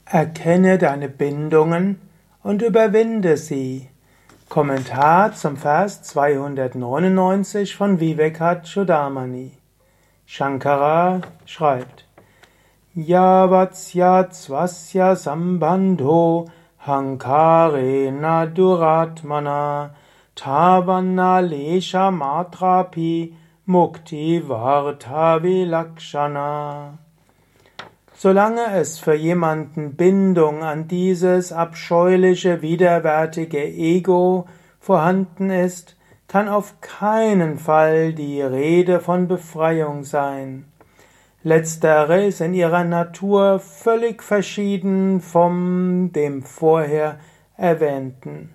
Erkenne deine Bindungen und überwinde sie. Kommentar zum Vers 299 von Vivekachudamani. Shankara schreibt: Yavatsya svasya sambandho hankarena duratmana tavana lesha matrapi mukti varta vilakshana. Solange es für jemanden Bindung an dieses abscheuliche, widerwärtige Ego vorhanden ist, kann auf keinen Fall die Rede von Befreiung sein. Letztere ist in ihrer Natur völlig verschieden von dem vorher erwähnten.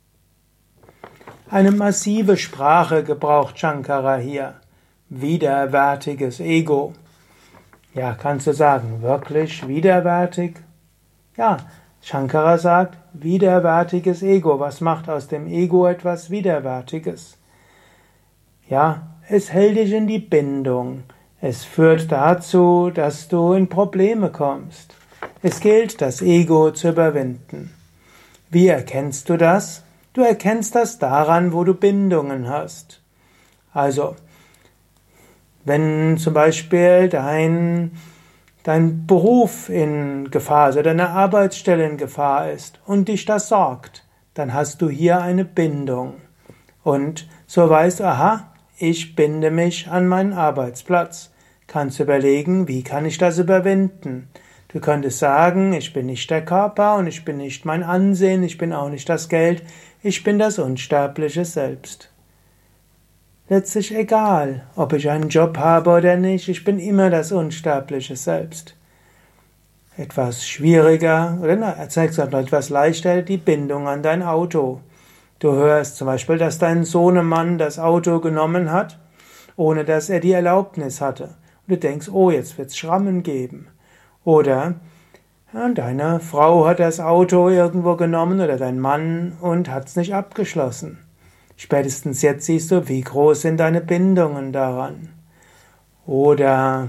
Eine massive Sprache gebraucht Shankara hier. Widerwärtiges Ego. Ja, kannst du sagen, wirklich widerwärtig? Ja, Shankara sagt, widerwärtiges Ego. Was macht aus dem Ego etwas Widerwärtiges? Ja, es hält dich in die Bindung. Es führt dazu, dass du in Probleme kommst. Es gilt, das Ego zu überwinden. Wie erkennst du das? Du erkennst das daran, wo du Bindungen hast. Also, wenn zum Beispiel dein Beruf in Gefahr ist oder deine Arbeitsstelle in Gefahr ist und dich das sorgt, dann hast du hier eine Bindung. Und so weißt du, aha, ich binde mich an meinen Arbeitsplatz. Kannst überlegen, wie kann ich das überwinden? Du könntest sagen, ich bin nicht der Körper und ich bin nicht mein Ansehen, ich bin auch nicht das Geld, ich bin das unsterbliche Selbst. Letztlich egal, ob ich einen Job habe oder nicht, ich bin immer das unsterbliche Selbst. Etwas schwieriger, oder etwas leichter, die Bindung an dein Auto. Du hörst zum Beispiel, dass dein Sohnemann das Auto genommen hat, ohne dass er die Erlaubnis hatte. Und du denkst, oh, jetzt wird's Schrammen geben. Oder deine Frau hat das Auto irgendwo genommen oder dein Mann und hat's nicht abgeschlossen. Spätestens jetzt siehst du, wie groß sind deine Bindungen daran. Oder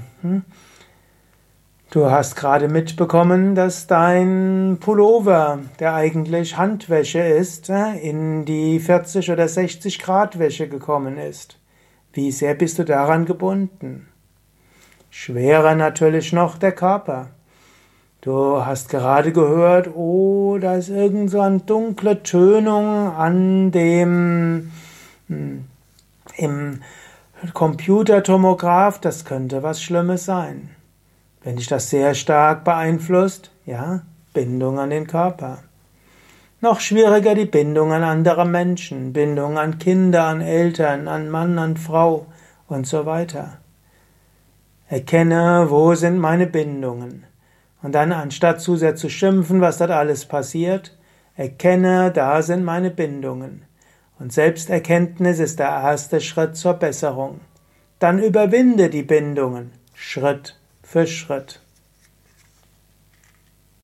du hast gerade mitbekommen, dass dein Pullover, der eigentlich Handwäsche ist, in die 40 oder 60 Grad Wäsche gekommen ist. Wie sehr bist du daran gebunden? Schwerer natürlich noch der Körper. Du hast gerade gehört, oh, da ist irgend so eine dunkle Tönung an dem im Computertomograph, das könnte was Schlimmes sein. Wenn dich das sehr stark beeinflusst, ja, Bindung an den Körper. Noch schwieriger die Bindung an andere Menschen, Bindung an Kinder, an Eltern, an Mann, an Frau und so weiter. Erkenne, wo sind meine Bindungen? Und dann, anstatt zu sehr zu schimpfen, was dort alles passiert, erkenne, da sind meine Bindungen. Und Selbsterkenntnis ist der erste Schritt zur Besserung. Dann überwinde die Bindungen, Schritt für Schritt.